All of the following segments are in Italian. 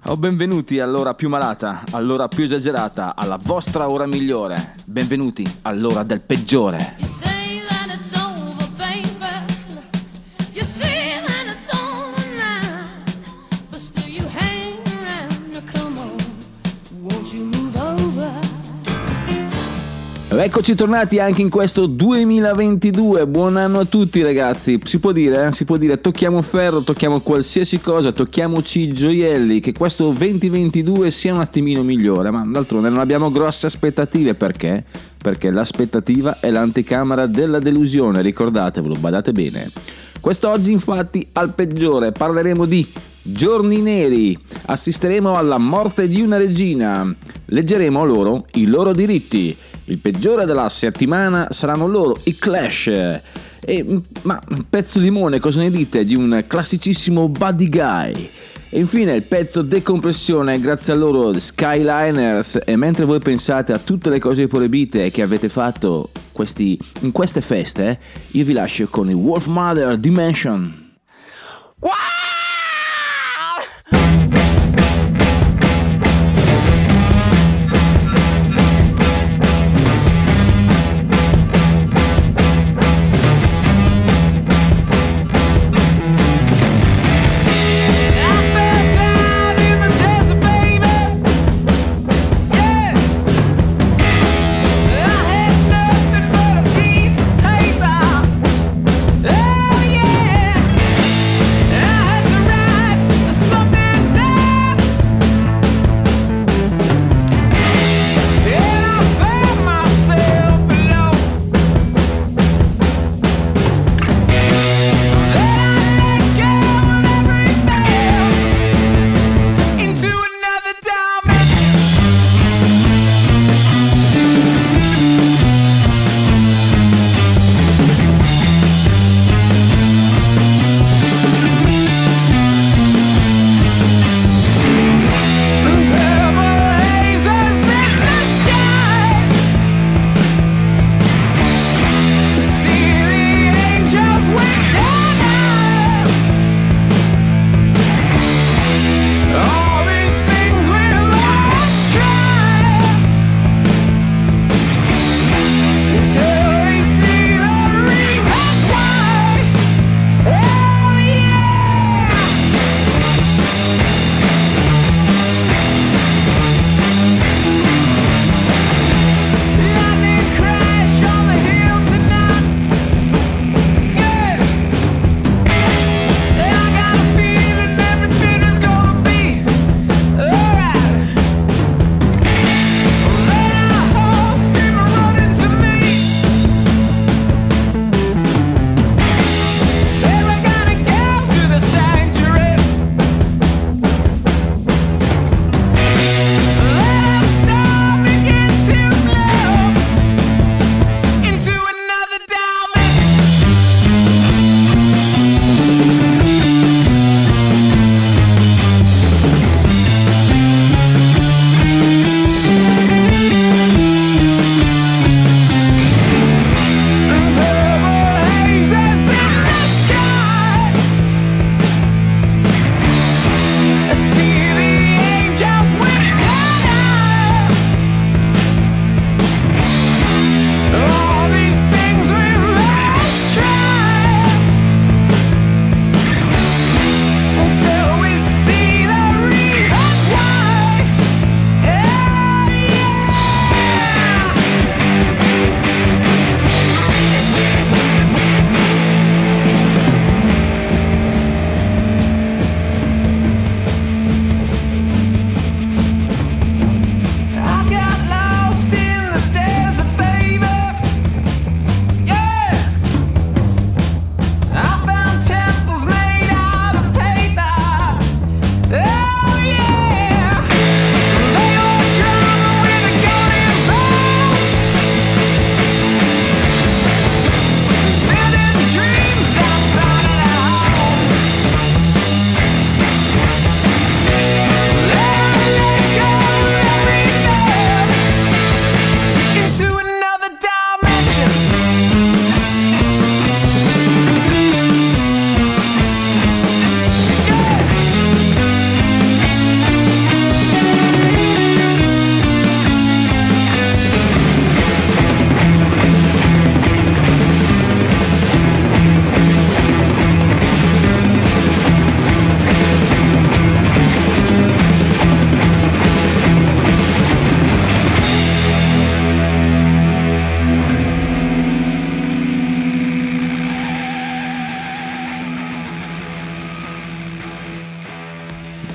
O benvenuti all'ora più malata, all'ora più esagerata, alla vostra ora migliore. Benvenuti all'ora del peggiore. Eccoci tornati anche in questo 2022, buon anno a tutti ragazzi, si può dire, tocchiamo ferro, tocchiamo qualsiasi cosa, tocchiamoci i gioielli, che questo 2022 sia un attimino migliore, ma d'altronde non abbiamo grosse aspettative, perché? Perché l'aspettativa è l'anticamera della delusione, ricordatevelo, badate bene. Quest'oggi infatti al peggiore parleremo di giorni neri, assisteremo alla morte di una regina, leggeremo loro i loro diritti. Il peggiore della settimana saranno loro, i Clash. Ma pezzo limone, cosa ne dite di un classicissimo Buddy Guy? E infine il pezzo decompressione, grazie a loro Skyliners. E mentre voi pensate a tutte le cose proibite che avete fatto in queste feste, io vi lascio con il Wolfmother Dimension. Wow! Yeah!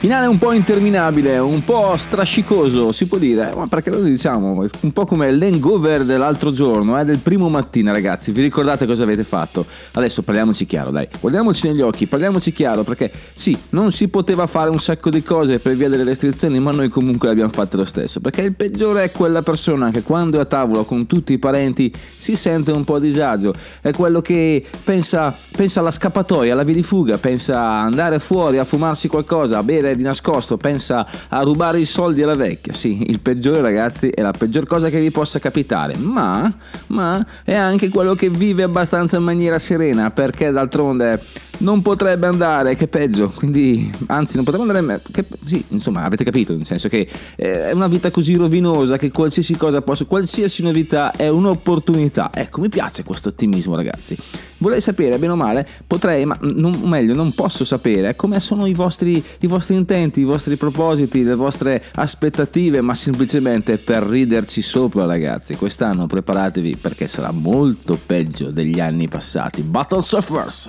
Finale un po' interminabile, un po' strascicoso, si può dire, ma perché lo diciamo, un po' come l'hangover dell'altro giorno, del primo mattina, ragazzi. Vi ricordate cosa avete fatto? Adesso parliamoci chiaro, dai, guardiamoci negli occhi, parliamoci chiaro, perché sì, non si poteva fare un sacco di cose per via delle restrizioni, ma noi comunque le abbiamo fatte lo stesso, perché il peggiore è quella persona che quando è a tavola con tutti i parenti si sente un po' a disagio, è quello che pensa alla scappatoia, alla via di fuga, pensa a andare fuori a fumarsi qualcosa, a bere di nascosto, pensa a rubare i soldi alla vecchia. Sì, il peggiore, ragazzi, è la peggior cosa che vi possa capitare, ma è anche quello che vive abbastanza in maniera serena, perché d'altronde non potrebbe andare, che peggio, quindi anzi non potrebbe andare, sì, insomma, avete capito, nel senso che è una vita così rovinosa che qualsiasi cosa qualsiasi novità è un'opportunità. Ecco, mi piace questo ottimismo, ragazzi. Vorrei sapere, bene o male, non posso sapere come sono i vostri intenti, i vostri propositi, le vostre aspettative, ma semplicemente per riderci sopra, ragazzi. Quest'anno preparatevi perché sarà molto peggio degli anni passati. Battle Surfers.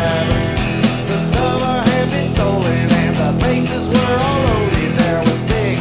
Were all loaded. There was big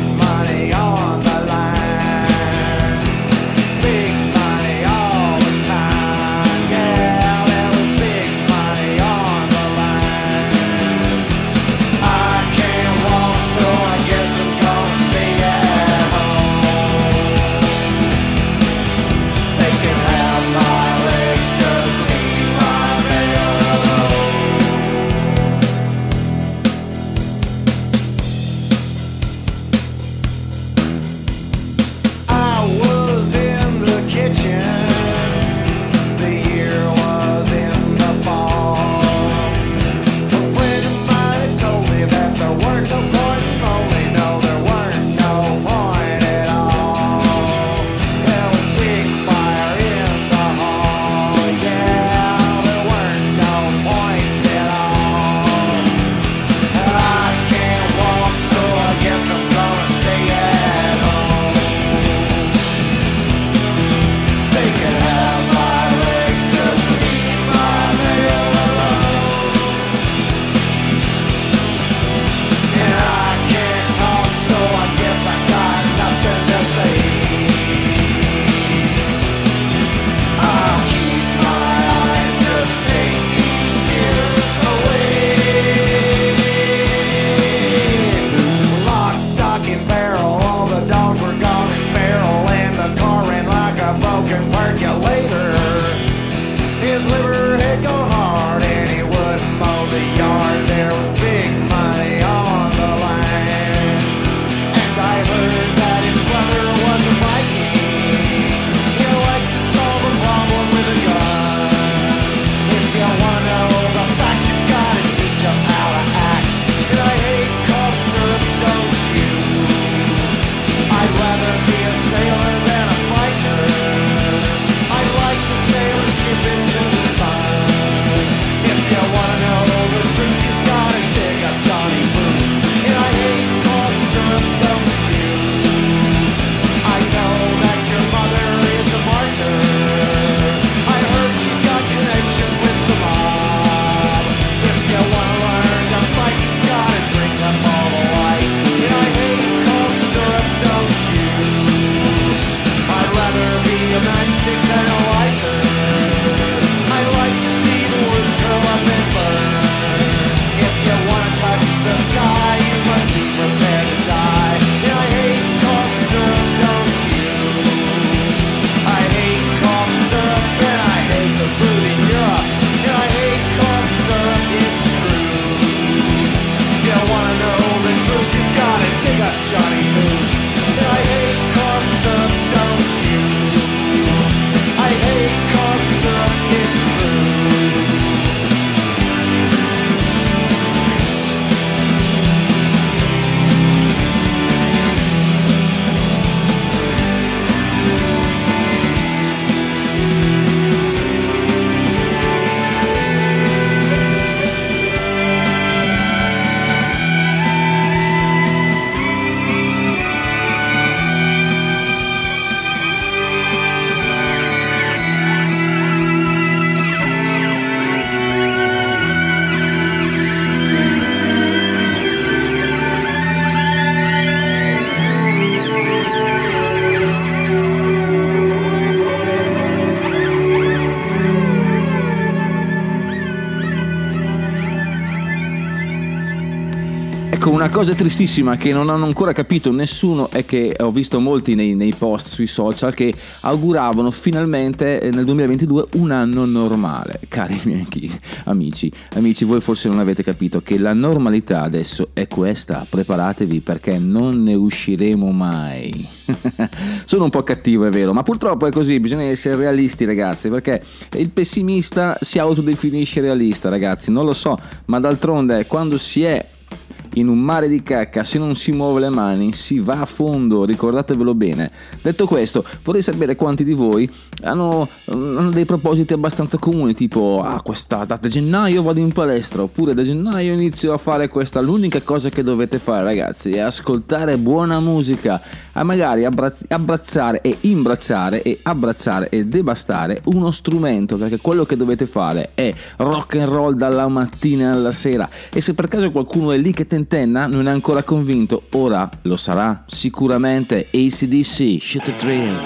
Ecco, una cosa tristissima che non hanno ancora capito nessuno è che ho visto molti nei post sui social che auguravano finalmente nel 2022 un anno normale. Cari miei amici, voi forse non avete capito che la normalità adesso è questa, preparatevi perché non ne usciremo mai. Sono un po' cattivo, è vero, ma purtroppo è così, bisogna essere realisti, ragazzi, perché il pessimista si autodefinisce realista, ragazzi, non lo so, ma d'altronde quando si è in un mare di cacca, se non si muove le mani si va a fondo, ricordatevelo bene. Detto questo, vorrei sapere quanti di voi hanno dei propositi abbastanza comuni, tipo questa data gennaio vado in palestra, oppure da gennaio inizio a fare questa. L'unica cosa che dovete fare, ragazzi, è ascoltare buona musica, a magari abbracciare e imbracciare e abbracciare e devastare uno strumento, perché quello che dovete fare è rock and roll dalla mattina alla sera. E se per caso qualcuno è lì che tentenna, non è ancora convinto, ora lo sarà sicuramente. AC/DC, Shoot the Thrill.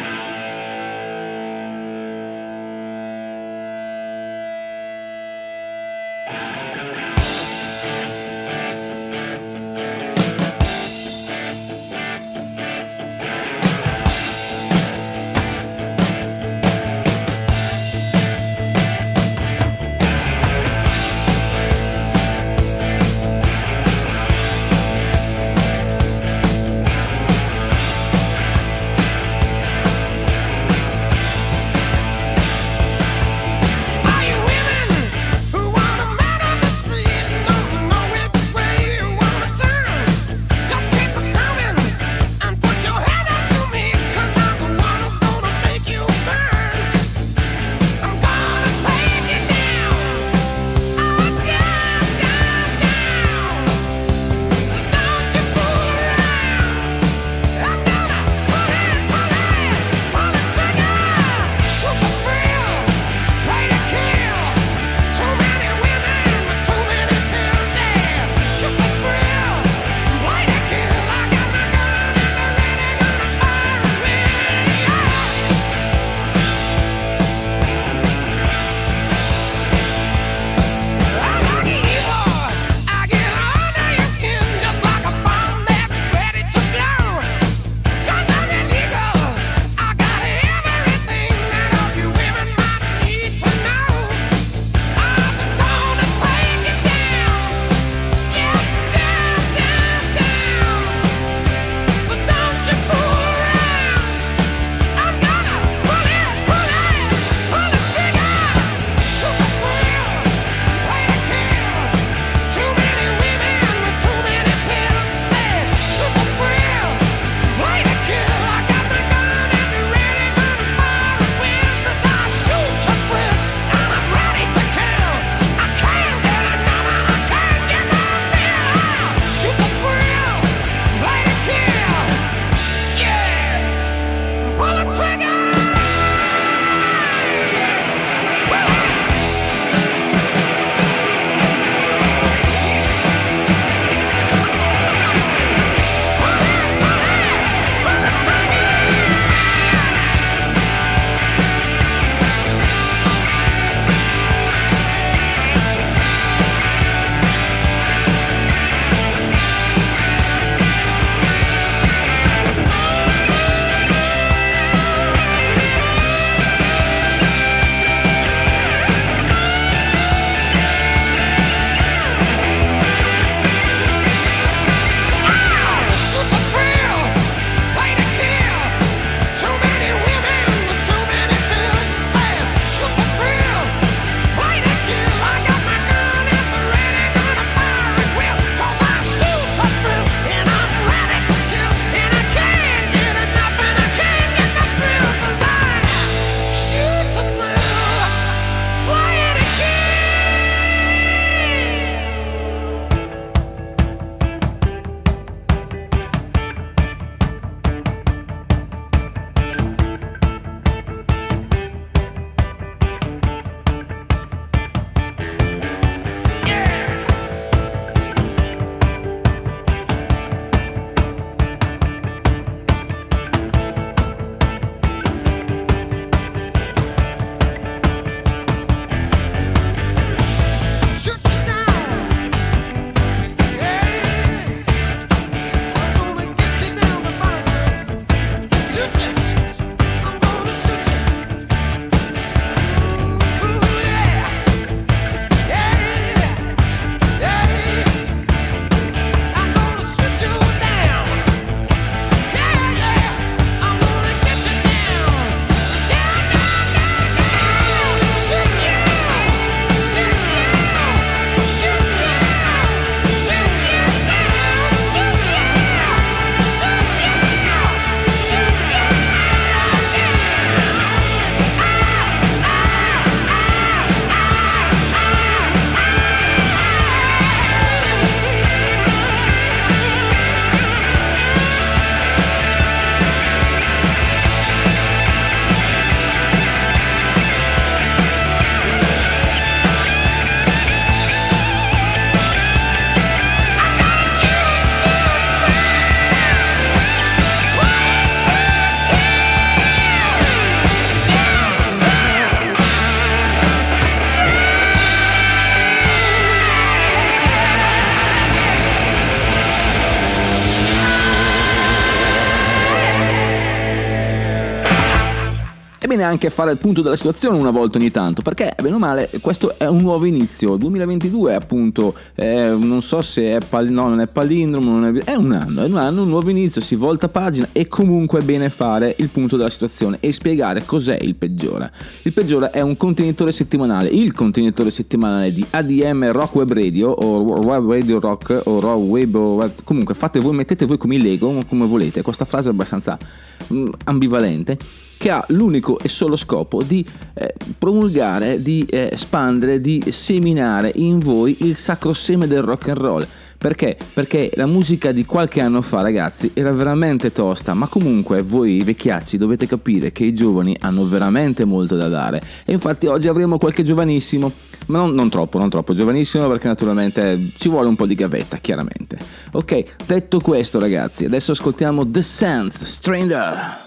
bene anche fare il punto della situazione una volta ogni tanto, perché bene o male questo è un nuovo inizio. 2022 appunto, non so se è non è palindromo, è un anno, un nuovo inizio, si volta pagina e comunque è bene fare il punto della situazione e spiegare cos'è il peggiore. Il peggiore è un contenitore settimanale, il contenitore settimanale di ADM Rock Web Radio o Web Radio Rock o Raw Web o comunque fate voi, mettete voi come Lego come volete. Questa frase è abbastanza ambivalente, che ha l'unico e solo scopo di promulgare, di espandere, di seminare in voi il sacro seme del rock and roll. Perché? Perché la musica di qualche anno fa, ragazzi, era veramente tosta, ma comunque voi vecchiacci dovete capire che i giovani hanno veramente molto da dare. E infatti oggi avremo qualche giovanissimo, ma non troppo giovanissimo, perché naturalmente ci vuole un po' di gavetta, chiaramente. Ok, detto questo, ragazzi, adesso ascoltiamo The Sands, Stranger.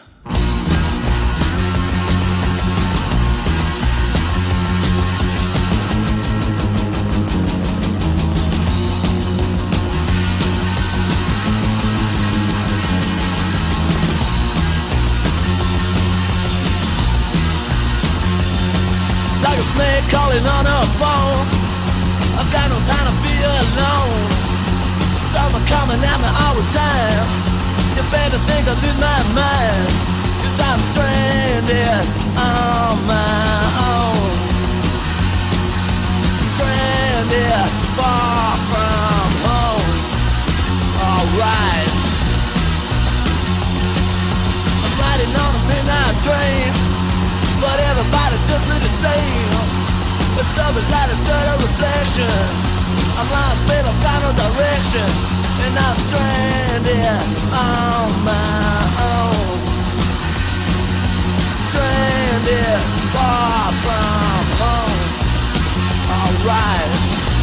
Calling on her phone, I've got no time to be alone. Someone coming at me all the time. You better think I lose my mind, 'cause I'm stranded on my own. Stranded far from home. Alright, I'm riding on a midnight train, but everybody just do the same. It's something like a dirty reflection. I'm lost, babe, I've got no direction, and I'm stranded on my own. Stranded far from home. Alright.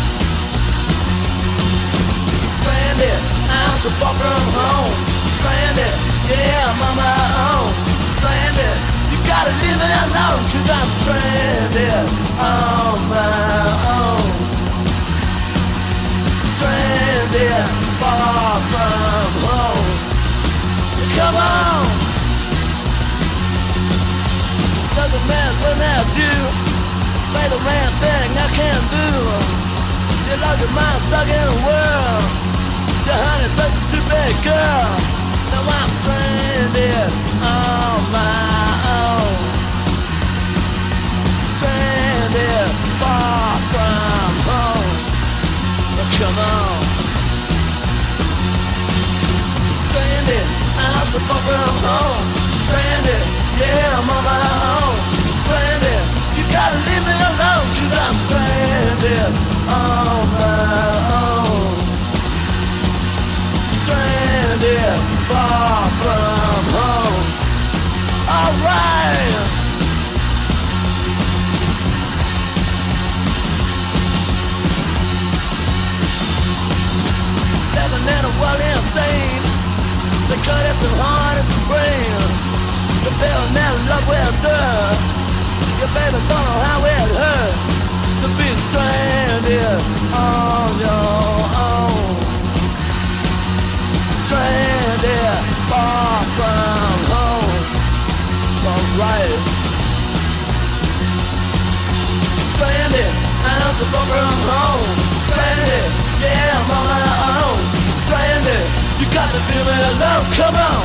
Stranded, I'm so far from home. Stranded, yeah, I'm on my own. Stranded, you gotta leave me alone, 'cause I'm stranded on my own. Stranded far from home. Come on. Doesn't matter when at you. Play the man thing I can't do. You lost your mind stuck in a world. Your honey's such a stupid girl. Now I'm stranded on my own. Stranded far from home. Come on. Stranded, I'm so far from home. Stranded, yeah, I'm on my own. Stranded, you gotta leave me alone, 'cause I'm stranded on my own. Stranded far from home. Alright. Living in a world insane. They cut it so hard as the brain. The bill never love will do. Your baby don't know how it hurts to be stranded on your own. Stranded far from home. Alright. Stranded, I'm so far from home. Stranded, yeah, I'm on my own. Stranded, you got to leave me alone, come on.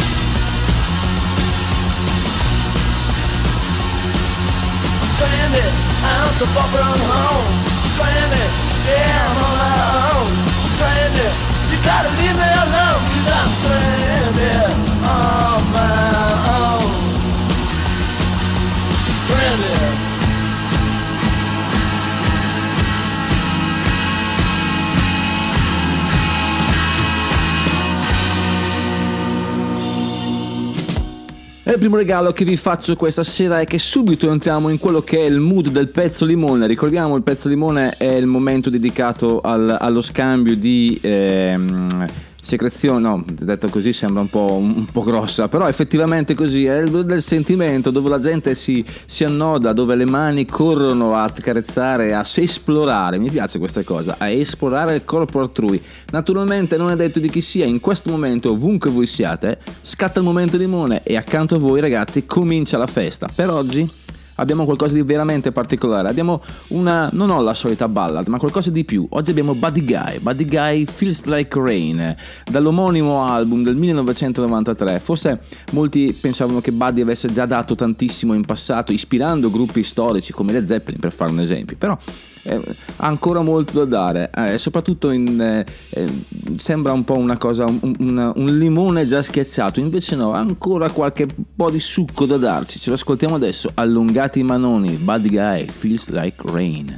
Stranded, I'm so far from home. Stranded, yeah, I'm on my own. Stranded, you gotta leave me alone, 'cause I'm stranded on my own. Stranded. E il primo regalo che vi faccio questa sera è che subito entriamo in quello che è il mood del pezzo limone. Ricordiamo, il pezzo limone è il momento dedicato allo scambio di secrezione, no, detto così sembra un po' grossa, però effettivamente così è del sentimento, dove la gente si annoda, dove le mani corrono a carezzare, a esplorare. Mi piace questa cosa, a esplorare il corpo altrui. Naturalmente non è detto di chi sia, in questo momento ovunque voi siate scatta il momento limone e accanto a voi, ragazzi, comincia la festa. Per oggi abbiamo qualcosa di veramente particolare, abbiamo non ho la solita ballad, ma qualcosa di più. Oggi abbiamo Buddy Guy Feels Like Rain, dall'omonimo album del 1993. Forse molti pensavano che Buddy avesse già dato tantissimo in passato, ispirando gruppi storici come Led Zeppelin, per fare un esempio, però ha ancora molto da dare, soprattutto sembra un po' una cosa, un limone già schiacciato, invece no, ha ancora qualche po' di succo da darci. Ce lo ascoltiamo adesso, allungati i manoni. Buddy Guy Feels Like Rain.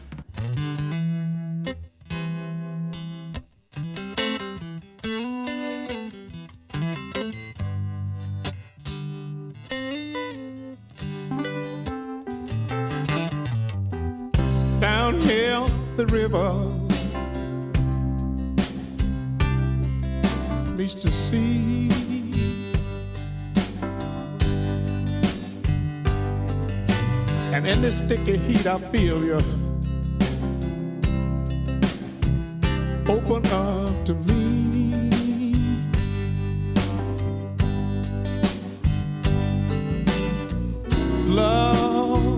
Downhill the river meets the sea, and in the sticky heat I feel you open up to me. Love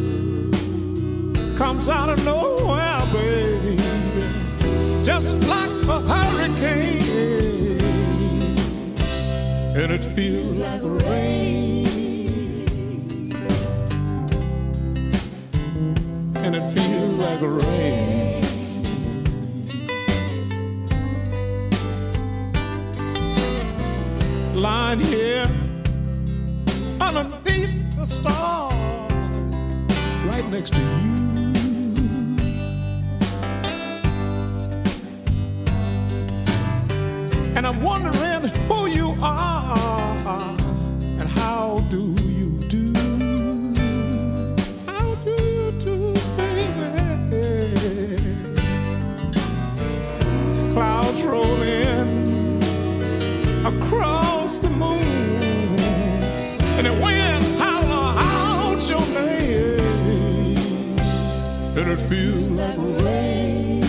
comes out of nowhere, baby, just like a hurricane, and it feels like rain, and it feels like rain. Lying here underneath the stars, right next to you, and I'm wondering who you are and how do you do? How do you do, baby? Clouds roll in across the moon, and the wind holler out your name, and it feels like rain,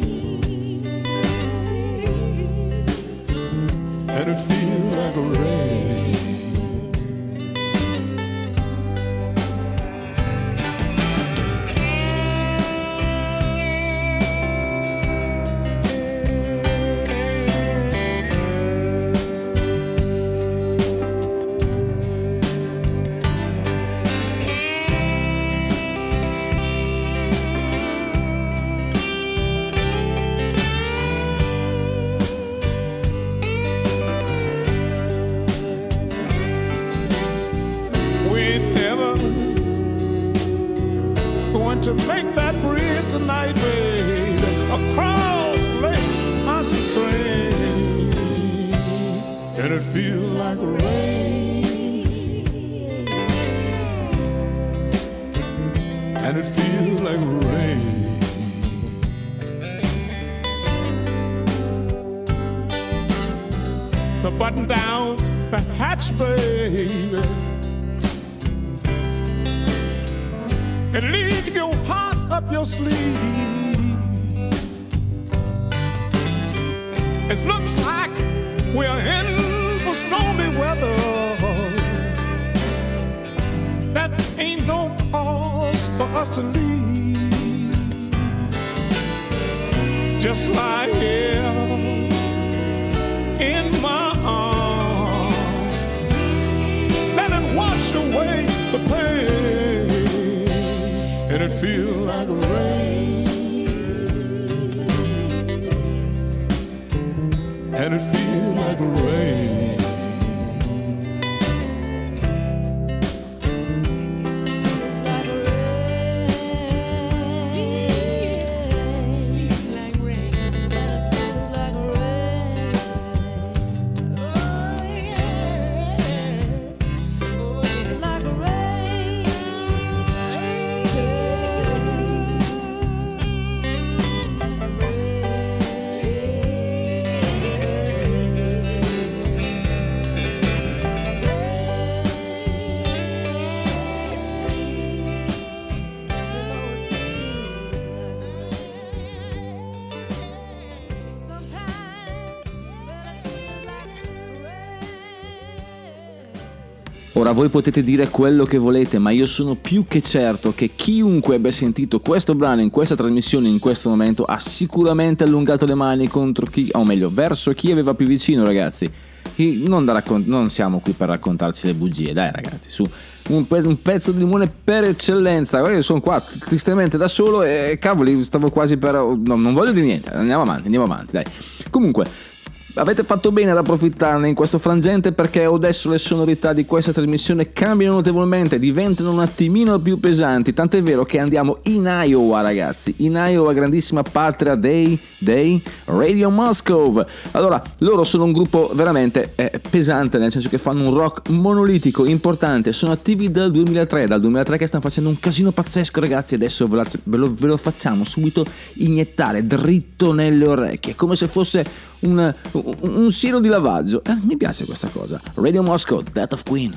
and it feels like rain. To make that bridge tonight, baby, across Lake Pontchartrain, and it feels like rain, and it feels like rain. So button down the hatch, baby, and leave your heart up your sleeve. It looks like we're in for stormy weather. That ain't no cause for us to leave. Just lie here in my arms, let it wash away the pain, and it feels like rain, and it feels like rain. Ora voi potete dire quello che volete, ma io sono più che certo che chiunque abbia sentito questo brano in questa trasmissione in questo momento ha sicuramente allungato le mani contro chi, o meglio, verso chi aveva più vicino, ragazzi. Non siamo qui per raccontarci le bugie, dai ragazzi, su. Un pezzo di limone per eccellenza. Guarda, io sono qua tristemente da solo e cavoli, stavo quasi per... No, non voglio dire niente, andiamo avanti, dai. Comunque, avete fatto bene ad approfittarne in questo frangente, perché adesso le sonorità di questa trasmissione cambiano notevolmente, diventano un attimino più pesanti, tant'è vero che andiamo in Iowa, ragazzi, in Iowa, grandissima patria dei Radio Moscow. Allora, loro sono un gruppo veramente pesante, nel senso che fanno un rock monolitico, importante, sono attivi dal 2003 che stanno facendo un casino pazzesco, ragazzi. Adesso ve lo facciamo subito iniettare dritto nelle orecchie, come se fosse un siero di lavaggio. Mi piace questa cosa. Radio Moscow, Death of Queen.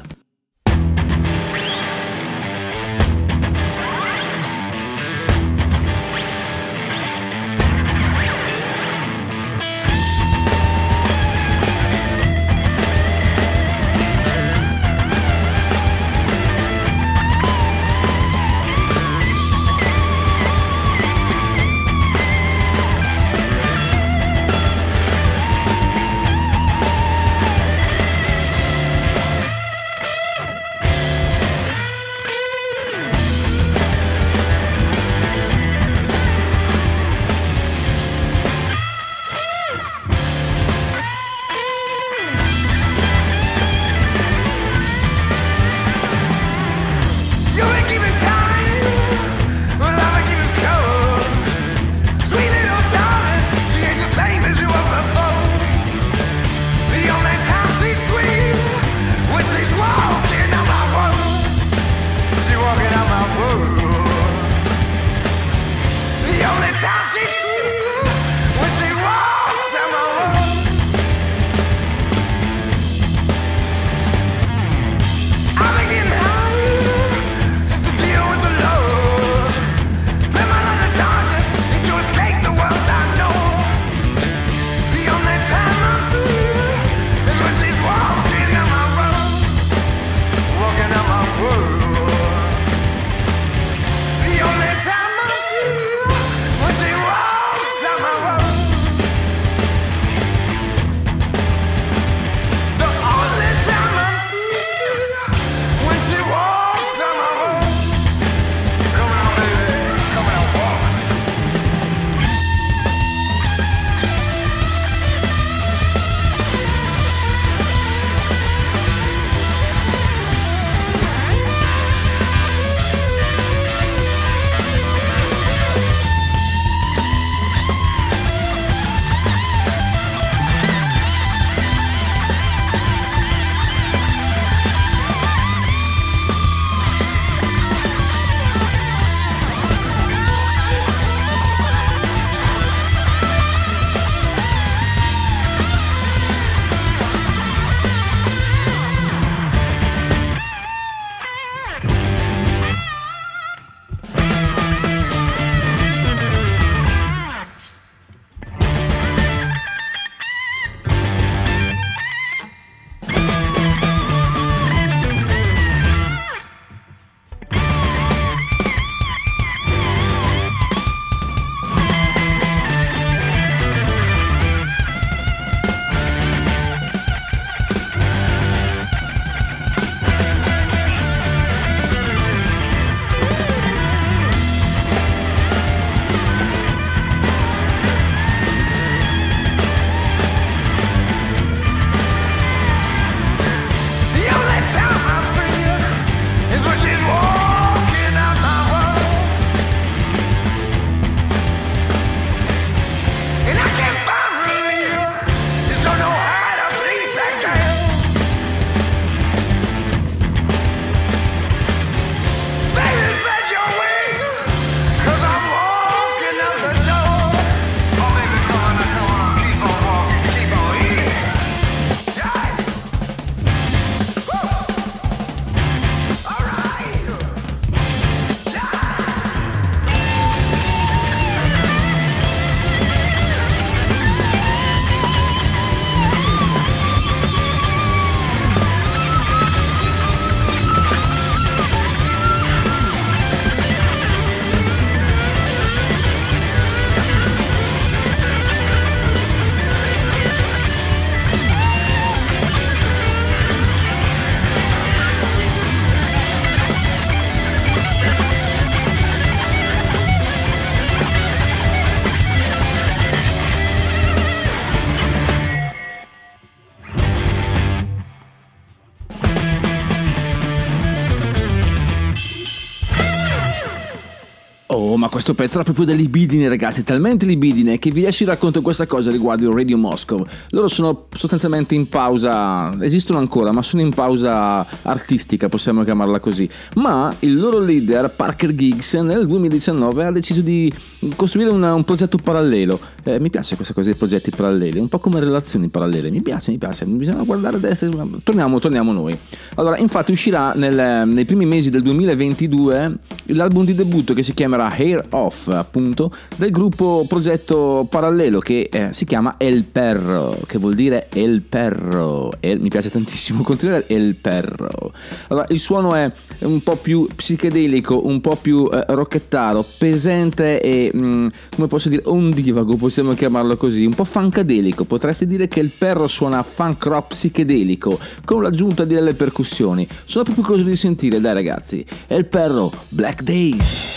questo pezzo era proprio da libidine, ragazzi, talmente libidine che vi adesso racconto questa cosa riguardo Radio Moscow. Loro sono sostanzialmente in pausa, esistono ancora, ma sono in pausa artistica, possiamo chiamarla così. Ma il loro leader, Parker Giggs, nel 2019 ha deciso di costruire un progetto parallelo. Mi piace questa cosa dei progetti paralleli, un po' come relazioni parallele, mi piace, bisogna guardare a destra, torniamo noi. Allora, infatti uscirà nei primi mesi del 2022 l'album di debutto che si chiamerà Hair Off, appunto, del gruppo progetto parallelo che si chiama El Perro, che vuol dire El Perro. Mi piace tantissimo, continuare El Perro. Allora, il suono è un po' più psichedelico, un po' più rockettaro, pesante e come posso dire, ondivago, possiamo chiamarlo così, un po' funkadelico. Potresti dire che il Perro suona funk rock psichedelico con l'aggiunta delle percussioni. Sono proprio curioso di sentire, dai ragazzi. El Perro, Black Days.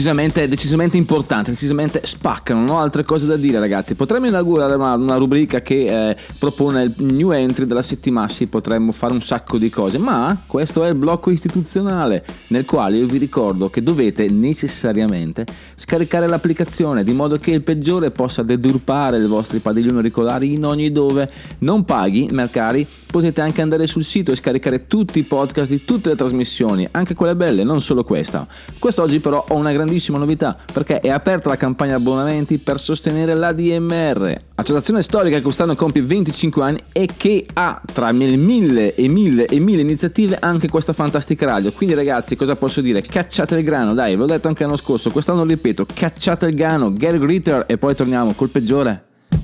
decisamente importante, decisamente spaccano, non ho altre cose da dire, ragazzi. Potremmo inaugurare una rubrica che propone il new entry della settimana, sì, potremmo fare un sacco di cose, ma questo è il blocco istituzionale, nel quale io vi ricordo che dovete necessariamente scaricare l'applicazione, di modo che il peggiore possa deturpare i vostri padiglioni auricolari in ogni dove. Non paghi, cari, potete anche andare sul sito e scaricare tutti i podcast di tutte le trasmissioni, anche quelle belle, non solo questa. Quest'oggi però ho una grandissima novità, perché è aperta la campagna abbonamenti per sostenere l'ADMR, associazione storica che quest'anno compie 25 anni e che ha tra mille iniziative anche questa fantastica radio. Quindi ragazzi, cosa posso dire? Cacciate il grano, dai, ve l'ho detto anche l'anno scorso, quest'anno lo ripeto, cacciate il grano, Gary Glitter, e poi torniamo col peggiore.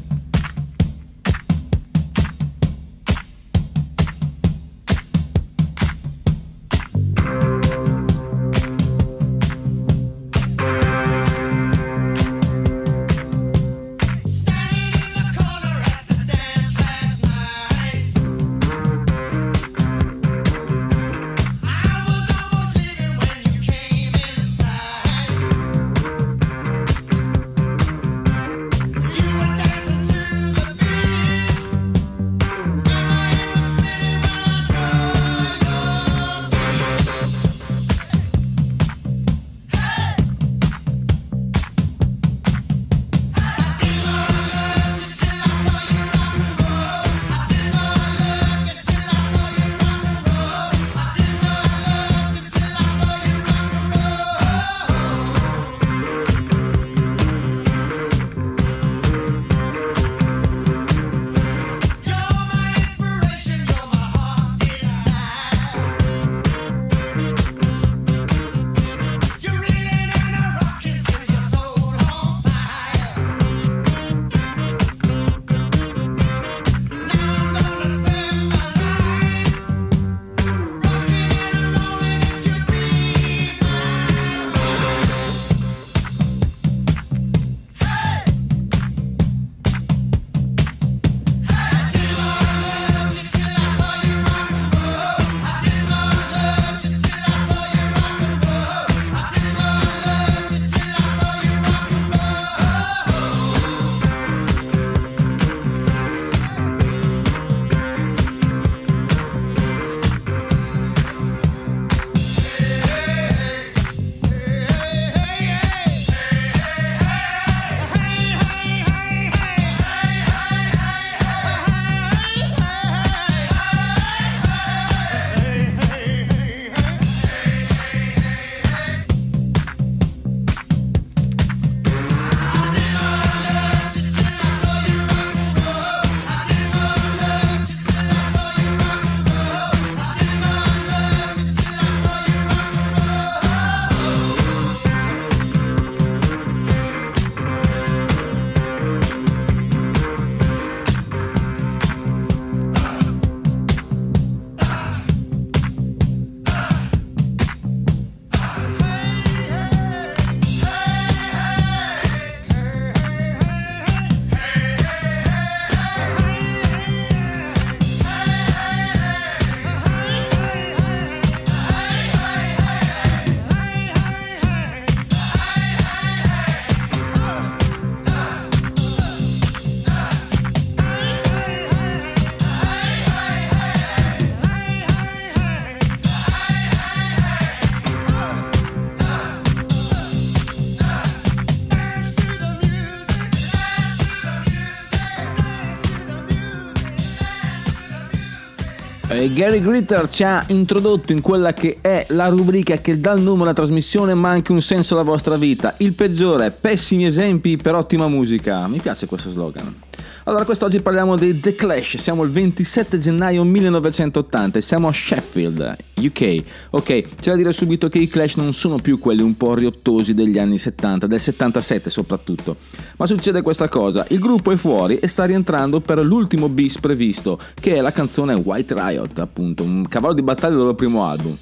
Gary Glitter ci ha introdotto in quella che è la rubrica che dà il nome alla trasmissione ma anche un senso alla vostra vita. Il peggiore, pessimi esempi per ottima musica. Mi piace questo slogan. Allora, quest'oggi parliamo dei The Clash. Siamo il 27 gennaio 1980 e siamo a Sheffield, UK. Ok, c'è da dire subito che i Clash non sono più quelli un po' riottosi degli anni 70, del 77 soprattutto. Ma succede questa cosa, il gruppo è fuori e sta rientrando per l'ultimo bis previsto, che è la canzone White Riot, appunto, un cavallo di battaglia del loro primo album.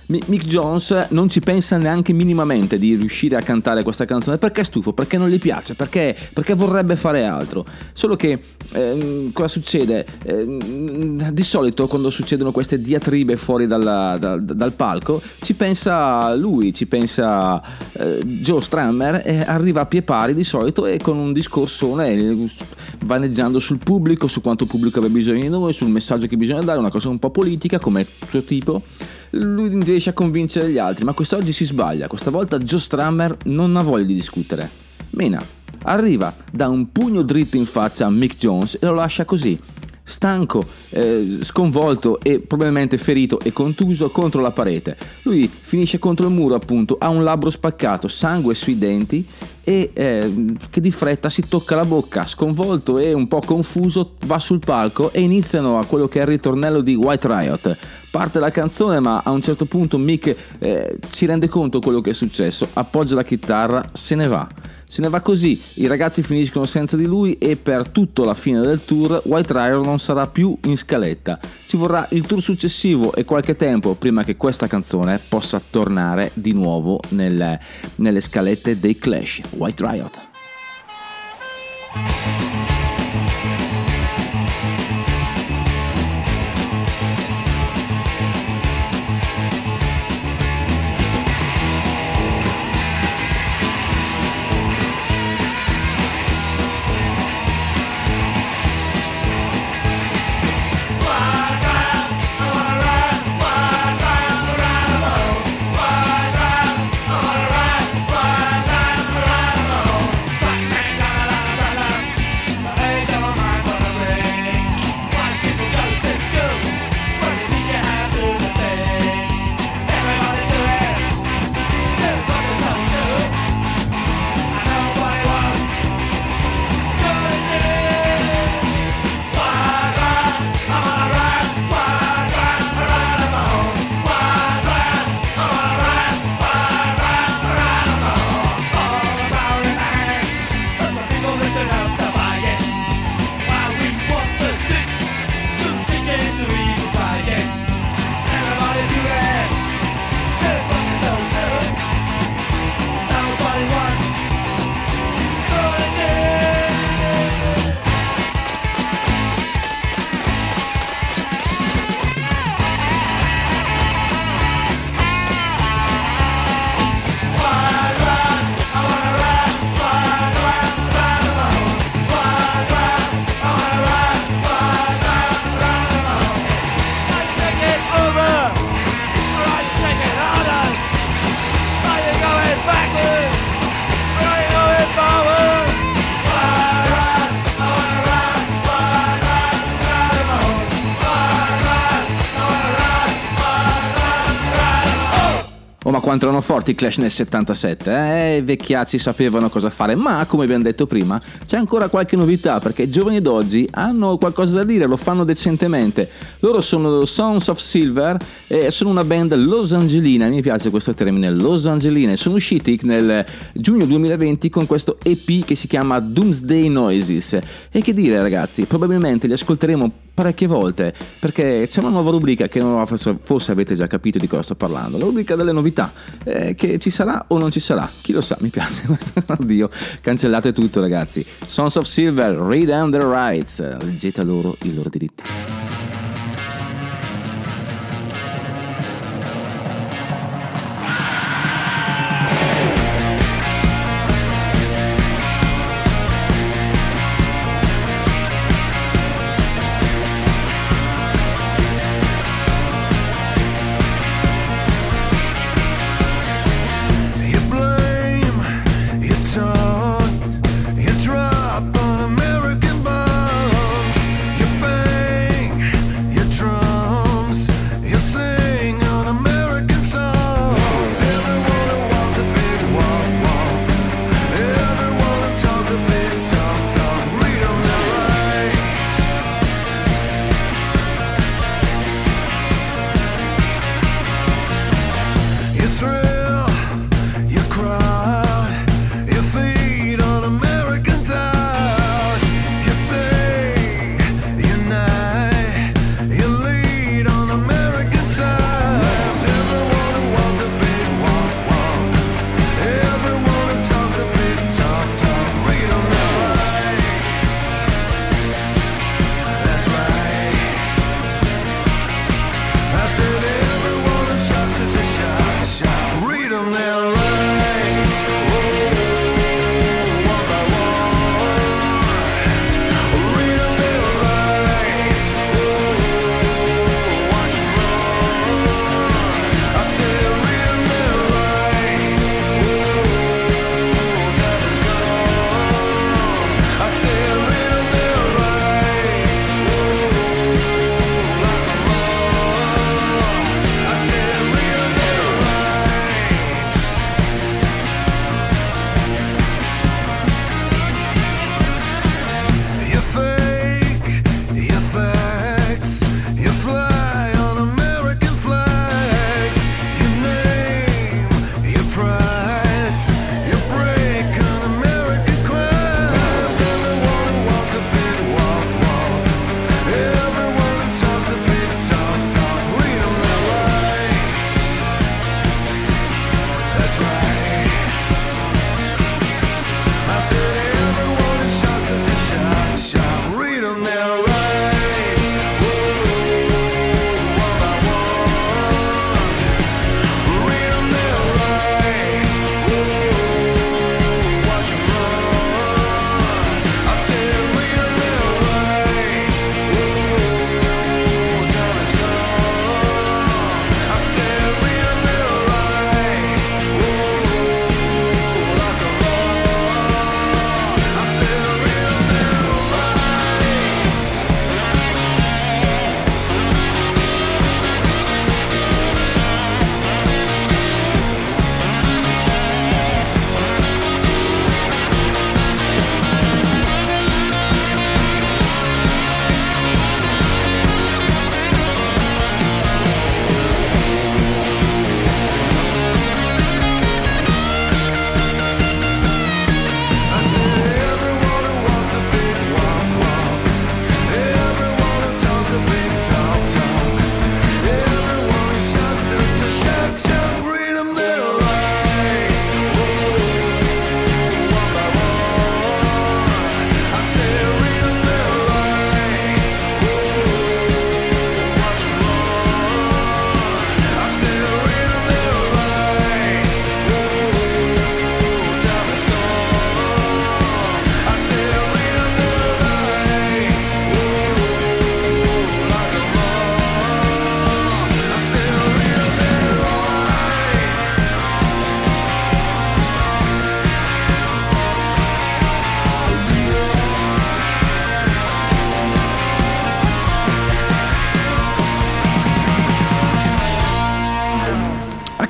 Mick Jones non ci pensa neanche minimamente di riuscire a cantare questa canzone perché è stufo, perché non gli piace, perché vorrebbe fare altro. Solo che cosa succede? Di solito quando succedono queste diatribe fuori dal palco ci pensa lui, ci pensa Joe Strummer, e arriva a pie pari di solito e con un discorsone vaneggiando sul pubblico, su quanto il pubblico aveva bisogno di noi, sul messaggio che bisogna dare, una cosa un po' politica come il suo tipo. Lui riesce a convincere gli altri, ma quest'oggi si sbaglia. Questa volta Joe Strummer non ha voglia di discutere. Mena arriva, dà un pugno dritto in faccia a Mick Jones e lo lascia così, stanco, sconvolto e probabilmente ferito e contuso, contro la parete. Lui finisce contro il muro, appunto, ha un labbro spaccato, sangue sui denti e che di fretta si tocca la bocca, sconvolto e un po' confuso va sul palco e iniziano a quello che è il ritornello di White Riot. Parte la canzone, ma a un certo punto Mick si rende conto quello che è successo, appoggia la chitarra, se ne va così, i ragazzi finiscono senza di lui e per tutta la fine del tour White Riot non sarà più in scaletta. Ci vorrà il tour successivo e qualche tempo prima che questa canzone possa tornare di nuovo nelle scalette dei Clash. White Riot. Ma quanto erano forti i Clash nel 77, i vecchiacci sapevano cosa fare, ma come abbiamo detto prima c'è ancora qualche novità, perché i giovani d'oggi hanno qualcosa da dire, lo fanno decentemente. Loro sono Sons of Silver e sono una band losangelina, mi piace questo termine, losangelina, sono usciti nel giugno 2020 con questo EP che si chiama Doomsday Noises. E che dire, ragazzi, probabilmente li ascolteremo parecchie volte, perché c'è una nuova rubrica che non, forse avete già capito di cosa sto parlando, la rubrica delle novità, che ci sarà o non ci sarà, chi lo sa. Mi piace questo. Oddio, cancellate tutto, ragazzi. Sons of Silver, Read Down the Rights, leggete a loro i loro diritti. You drop on American bombs. You bang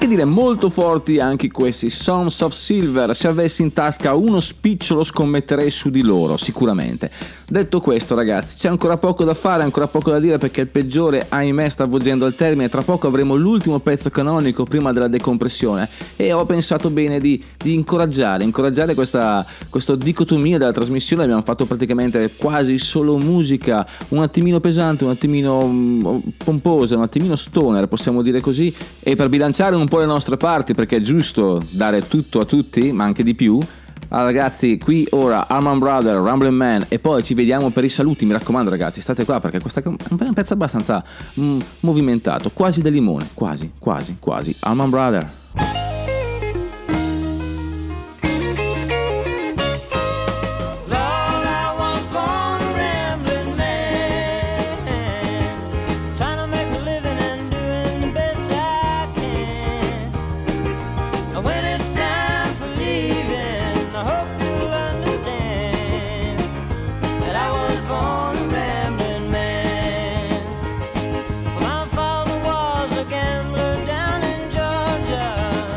Che dire, molto forti anche questi Sons of Silver. Se avessi in tasca uno spicciolo scommetterei su di loro, sicuramente. Detto questo, ragazzi, c'è ancora poco da fare, ancora poco da dire, perché il peggiore, ahimè, sta avvolgendo al termine. Tra poco avremo l'ultimo pezzo canonico prima della decompressione, e ho pensato bene di incoraggiare questa dicotomia della trasmissione. Abbiamo fatto praticamente quasi solo musica, un attimino pesante, un attimino pomposa, un attimino stoner, possiamo dire così, e per bilanciare un po' le nostre parti, perché è giusto dare tutto a tutti, ma anche di più. Allora, ragazzi, qui ora Allman Brothers, Ramblin' Man, e poi ci vediamo per i saluti. Mi raccomando, ragazzi, state qua, perché questo è un pezzo abbastanza movimentato, quasi da limone, quasi. Allman Brothers. My father was a gambler down in Georgia.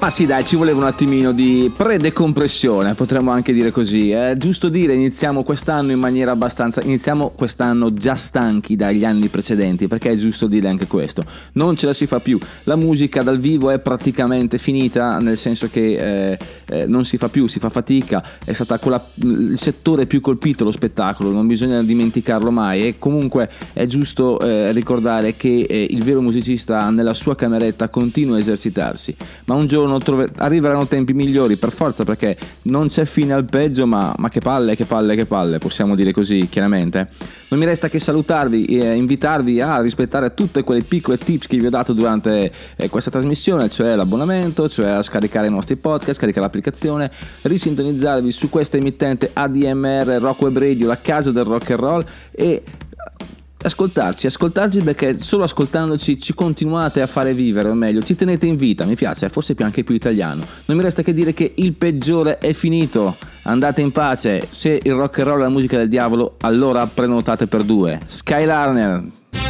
Ma sì, dai, ci voleva un attimino di pre-decompressione, potremmo anche dire così. È giusto dire, iniziamo quest'anno in maniera abbastanza... Iniziamo quest'anno già stanchi dagli anni precedenti, perché è giusto dire anche questo. Non ce la si fa più. La musica dal vivo è praticamente finita, nel senso che non si fa più, si fa fatica. È stata il settore più colpito, lo spettacolo, non bisogna dimenticarlo mai. E comunque è giusto ricordare che il vero musicista nella sua cameretta continua a esercitarsi. Ma un giorno arriveranno tempi migliori per forza, perché non c'è fine al peggio, ma che palle, possiamo dire così chiaramente. Non mi resta che salutarvi e invitarvi a rispettare tutte quelle piccole tips che vi ho dato durante questa trasmissione, cioè l'abbonamento, cioè a scaricare i nostri podcast, scaricare l'applicazione, risintonizzarvi su questa emittente ADMR Rock Web Radio, la casa del rock and roll, e ascoltarci, perché solo ascoltandoci ci continuate a fare vivere, o meglio ci tenete in vita. Mi piace, forse anche più italiano. Non mi resta che dire che il peggiore è finito, andate in pace. Se il rock and roll è la musica del diavolo, allora prenotate per due. Skylarner.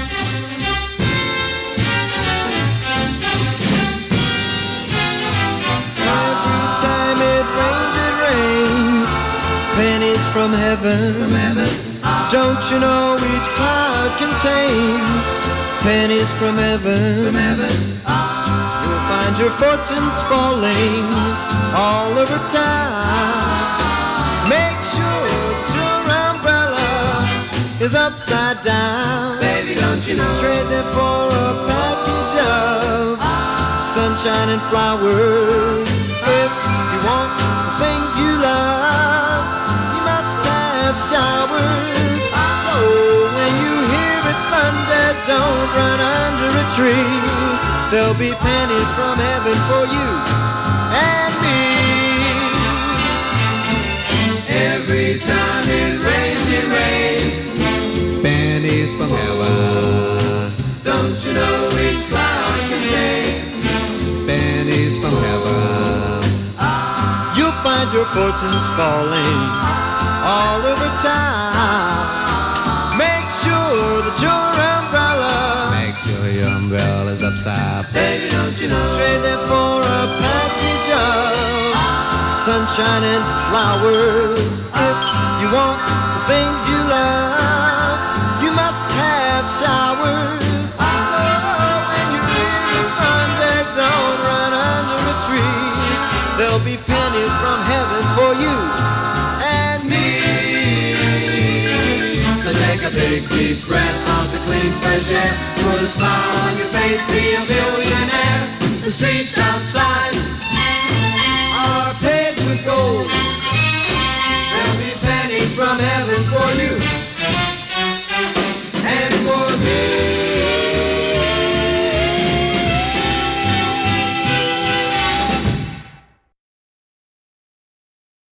Every time it rains, pennies from heaven. Don't you know each cloud contains pennies from heaven? You'll find your fortunes falling all over town. Make sure that your umbrella is upside down. Baby, don't you know? Trade them for a package of sunshine and flowers. If you want the things you love, you must have showers. So when you hear it thunder, don't run under a tree. There'll be pennies from heaven for you and me. Every time it rains, pennies from heaven. Don't you know each cloud contains pennies from heaven? You'll find your fortunes falling all over town. Make sure that your umbrella's upside. Baby, don't you know? Trade them for a package of sunshine and flowers. If you want the things you love, you must have showers. So when you hear the thunder, don't run under a tree. There'll be pennies from heaven for you and me. So take a big deep breath of the clean fresh air. Put a smile on your face, be a millionaire. The streets outside are paved with gold. There'll be pennies from heaven for you.